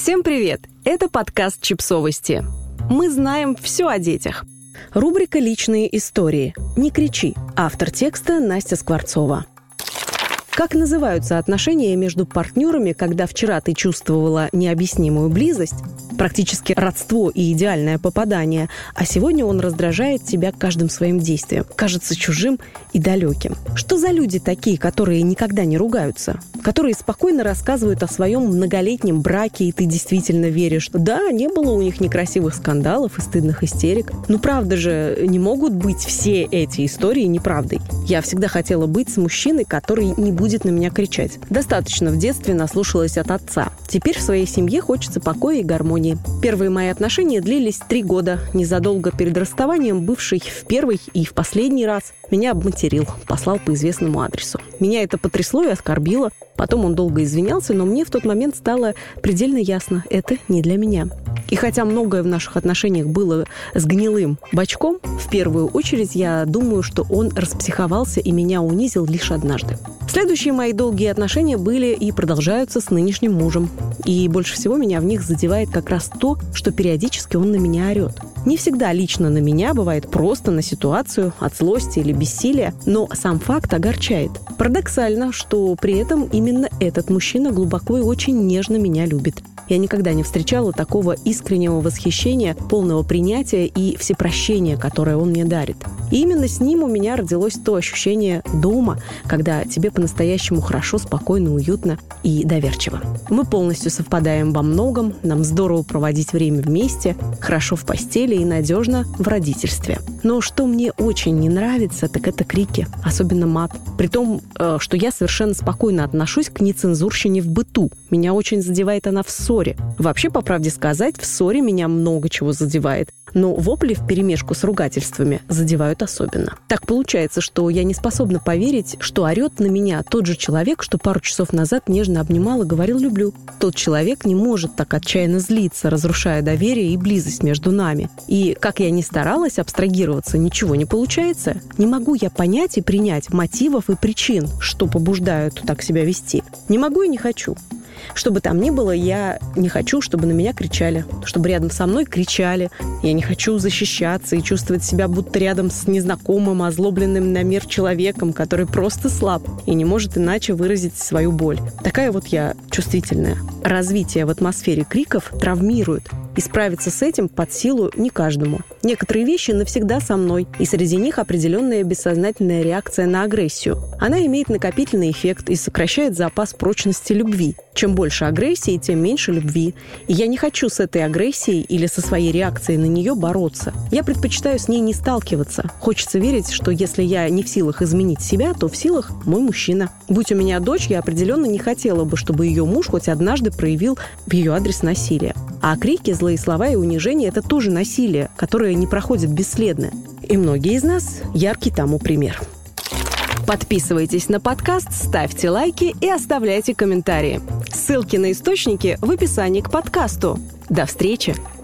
Всем привет! Это подкаст «Чипсовости». Мы знаем все о детях. Рубрика «Личные истории». «Не кричи». Автор текста Настя Скворцова. Как называются отношения между партнерами, когда вчера ты чувствовала необъяснимую близость, практически родство и идеальное попадание, а сегодня он раздражает тебя каждым своим действием, кажется чужим и далеким? Что за люди такие, которые никогда не ругаются, которые спокойно рассказывают о своем многолетнем браке, и ты действительно веришь, что да, не было у них некрасивых скандалов и стыдных истерик? Ну правда же, не могут быть все эти истории неправдой. Я всегда хотела быть с мужчиной, который не будет на меня кричать. Достаточно в детстве наслушалась от отца. Теперь в своей семье хочется покоя и гармонии. Первые мои отношения длились 3 года. Незадолго перед расставанием бывший в первый и в последний раз меня обматерил, послал по известному адресу. Меня это потрясло и оскорбило. Потом он долго извинялся, но мне в тот момент стало предельно ясно – это не для меня. И хотя многое в наших отношениях было с гнилым бачком, в первую очередь я думаю, что он распсиховался и меня унизил лишь однажды. Следующие мои долгие отношения были и продолжаются с нынешним мужем. И больше всего меня в них задевает как раз то, что периодически он на меня орет. Не всегда лично на меня, бывает просто на ситуацию, от злости или бессилия, но сам факт огорчает. Парадоксально, что при этом именно этот мужчина глубоко и очень нежно меня любит. Я никогда не встречала такого искреннего восхищения, полного принятия и всепрощения, которое он мне дарит. И именно с ним у меня родилось то ощущение дома, когда тебе по-настоящему хорошо, спокойно, уютно и доверчиво. Мы полностью совпадаем во многом, нам здорово проводить время вместе, хорошо в постели и надежно в родительстве. Но что мне очень не нравится, так это крики, особенно мат. При том, что я совершенно спокойно отношусь к нецензурщине в быту. Меня очень задевает она в ссоре. Вообще, по правде сказать, в ссоре меня много чего задевает. Но вопли вперемешку с ругательствами задевают особенно. Так получается, что я не способна поверить, что орет на меня тот же человек, что пару часов назад нежно обнимал и говорил «люблю». Тот человек не может так отчаянно злиться, разрушая доверие и близость между нами. И как я ни старалась абстрагироваться, ничего не получается. Не могу я понять и принять мотивов и причин, что побуждают так себя вести. Не могу и не хочу. Что бы там ни было, я не хочу, чтобы на меня кричали, чтобы рядом со мной кричали. Я не хочу защищаться и чувствовать себя будто рядом с незнакомым, озлобленным на мир человеком, который просто слаб и не может иначе выразить свою боль. Такая вот я чувствительная. Развитие в атмосфере криков травмирует. И справиться с этим под силу не каждому. Некоторые вещи навсегда со мной, и среди них определенная бессознательная реакция на агрессию. Она имеет накопительный эффект и сокращает запас прочности любви. Чем больше агрессии, тем меньше любви. И я не хочу с этой агрессией или со своей реакцией на нее бороться. Я предпочитаю с ней не сталкиваться. Хочется верить, что если я не в силах изменить себя, то в силах мой мужчина. Будь у меня дочь, я определенно не хотела бы, чтобы ее муж хоть однажды проявил в ее адрес насилие. А крики, злые слова и унижения – это тоже насилие, которое не проходит бесследно. И многие из нас – яркий тому пример. Подписывайтесь на подкаст, ставьте лайки и оставляйте комментарии. Ссылки на источники в описании к подкасту. До встречи!